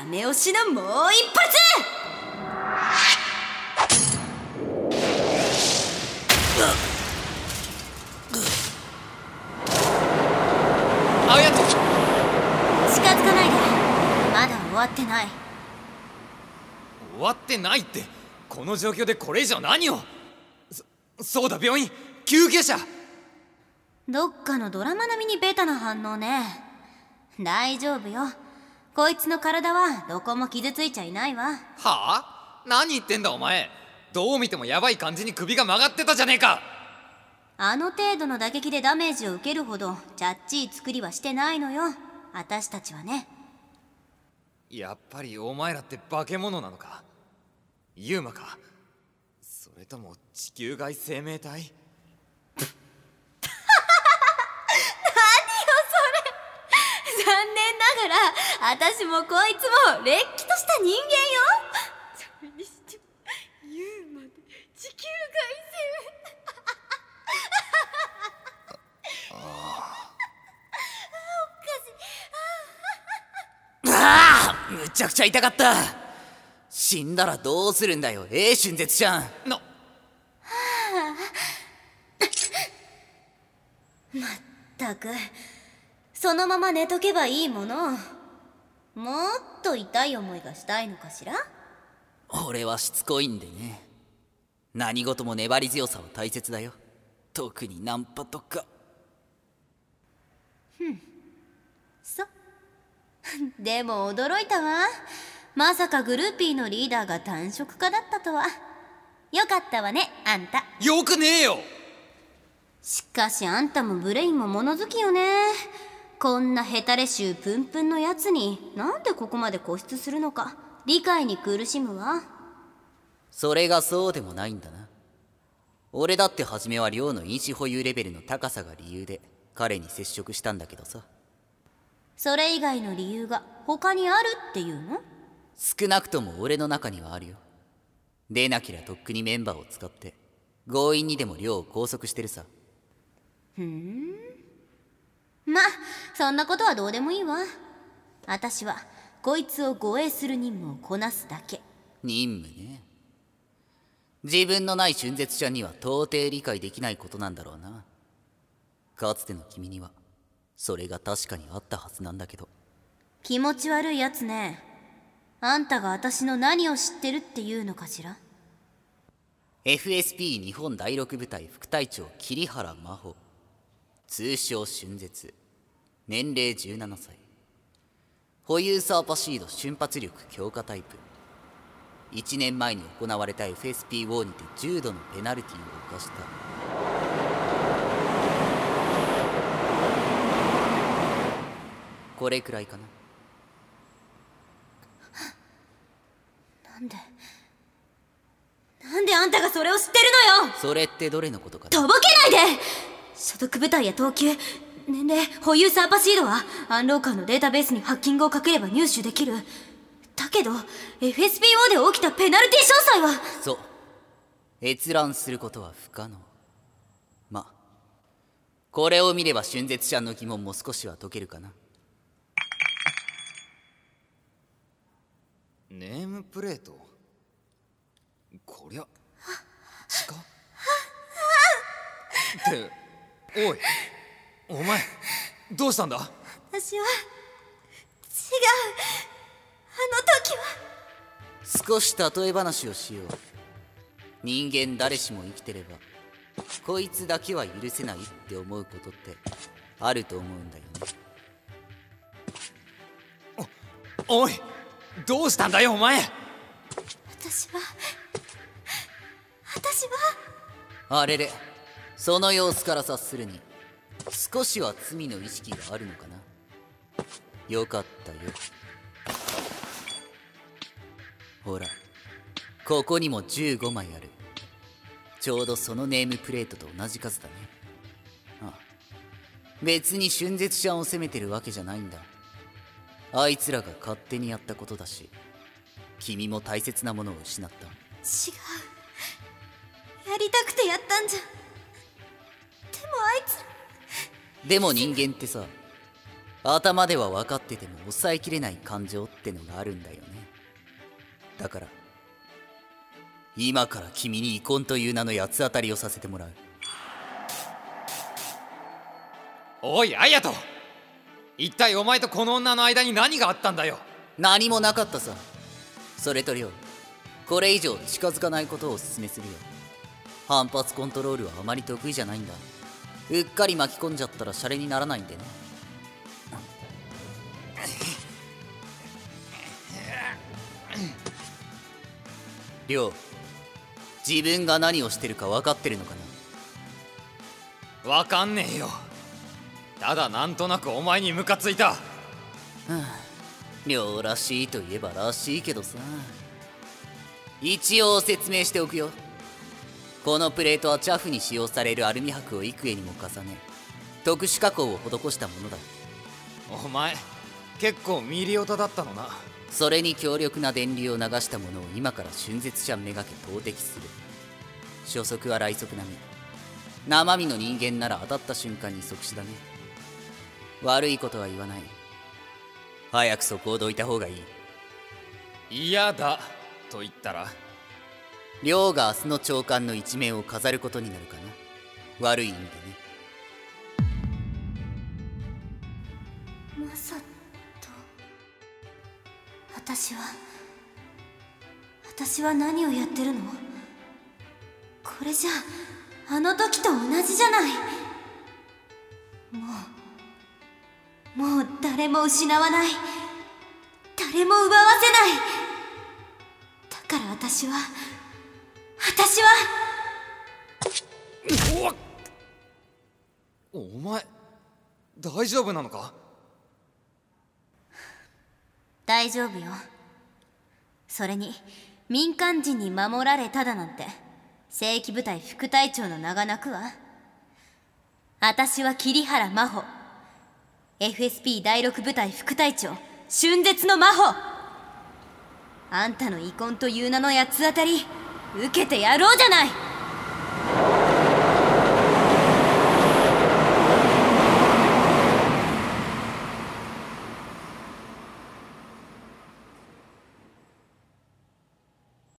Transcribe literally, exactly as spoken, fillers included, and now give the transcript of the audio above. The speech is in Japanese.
ダメ押しのもう一発。 あやと近づかないで。まだ終わってない。 終わってないって、この状況でこれ以上何を。そそうだ、病院、救急車。 どっかのドラマ並みにベタな反応ね。大丈夫よ。こいつの体はどこも傷ついちゃいないわ。 はあ、何言ってんだお前。どう見てもヤバい感じに首が曲がってたじゃねえか。 あの程度の打撃でダメージを受けるほどチャッチー作りはしてないのよ、私たちはね。 やっぱりお前らって化け物なのか、ユーマか、それとも地球外生命体。 残念ながら私もこいつもれっきとした人間よ。それにしてもユーマで地球外生命ああ、むちゃくちゃ痛かった。死んだらどうするんだよ、ええ春絶ちゃん。 なまったく、そのまま寝とけばいいもの。もっと痛い思いがしたいのかしら。 俺はしつこいんでね。何事も粘り強さは大切だよ、特にナンパとか。 ふん、そでも驚いたわ。まさかグルーピーのリーダーが単色家だったとは。よかったわね、あんた。 よくねえよ。 しかしあんたもブレインも物好きよね。こんなヘタレ臭プンプンのやつになんでここまで固執するのか理解に苦しむわ。 それがそうでもないんだな。俺だって初めは寮の因子保有レベルの高さが理由で彼に接触したんだけどさ。 それ以外の理由が他にあるっていうの？ 少なくとも俺の中にはあるよ。でなけりゃとっくにメンバーを使って強引にでも寮を拘束してるさ。 ふん、まあそんなことはどうでもいいわ。私はこいつを護衛する任務をこなすだけ。 任務ね。自分のない春絶ちゃんには到底理解できないことなんだろうな。かつての君にはそれが確かにあったはずなんだけど。 気持ち悪いやつね。あんたが私の何を知ってるっていうのかしら。 エフエスピー 日本第六部隊副隊長桐原真帆、通称春絶、年齢じゅうななさい、保有サーパシード瞬発力強化タイプ。いちねんまえに行われた エフエスピー ウォーにて重度のペナルティを犯した。これくらいかな。 なんでなんであんたがそれを知ってるのよ。 それってどれのことかな。 とぼけないで。所属部隊や等級、年齢、保有サーパシードはアンローカーのデータベースにハッキングをかければ入手できる。だけど エフエスピー ウォーで起きたペナルティ詳細は。 そう、閲覧することは不可能。まあこれを見れば春絶ちゃんの疑問も少しは解けるかな。 ネームプレート、こりゃ近っっておいお前どうしたんだ。 私は違う。あの時は。 少し例え話をしよう。人間誰しも生きてればこいつだけは許せないって思うことってあると思うんだよね。 おおいどうしたんだよお前。 私は私はあれれ、その様子から察するに少しは罪の意識があるのかな。よかったよ。ほらここにもじゅうごまいある。ちょうどそのネームプレートと同じ数だね。ああ、別に春絶ちゃんを責めてるわけじゃないんだ。あいつらが勝手にやったことだし、君も大切なものを失った。 違う。やりたくてやったんじゃ。でもあいつら。 でも人間ってさ、 頭では分かってても抑えきれない感情ってのがあるんだよね。だから今から君に遺恨という名の八つ当たりをさせてもらう。 おい隼人、一体お前とこの女の間に何があったんだよ。 何もなかったさ。それと亮、これ以上近づかないことをお勧めするよ。反発コントロールはあまり得意じゃないんだ。うっかり巻き込んじゃったらシャレにならないんでね。亮、自分が何をしてるか分かってるのかな。 わかんねえよ。ただなんとなくお前にムカついた。 亮らしいといえばらしいけどさ。一応説明しておくよ。このプレートはチャフに使用されるアルミ箔を幾重にも重ね特殊加工を施したものだ。 お前結構ミリオタだったのな。 それに強力な電流を流したものを今から春絶者めがけ投擲する。初速は雷速並み。生身の人間なら当たった瞬間に即死だね。悪いことは言わない。早くそこをどいた方がいい。 嫌だと言ったら亮が明日の長官の一面を飾ることになるかな。悪い意味でね。 マサト、私は私は何をやってるの？これじゃあの時と同じじゃない。もうもう誰も失わない、誰も奪わせない。だから私は私はおお前大丈夫なのか？ 大丈夫よ。それに民間人に守られただなんて正規部隊副隊長の名が鳴くわ。私は桐原真帆、 エフエスピー 第六部隊副隊長、春絶の真帆。あんたの遺恨という名の八つ当たり受けてやろうじゃない。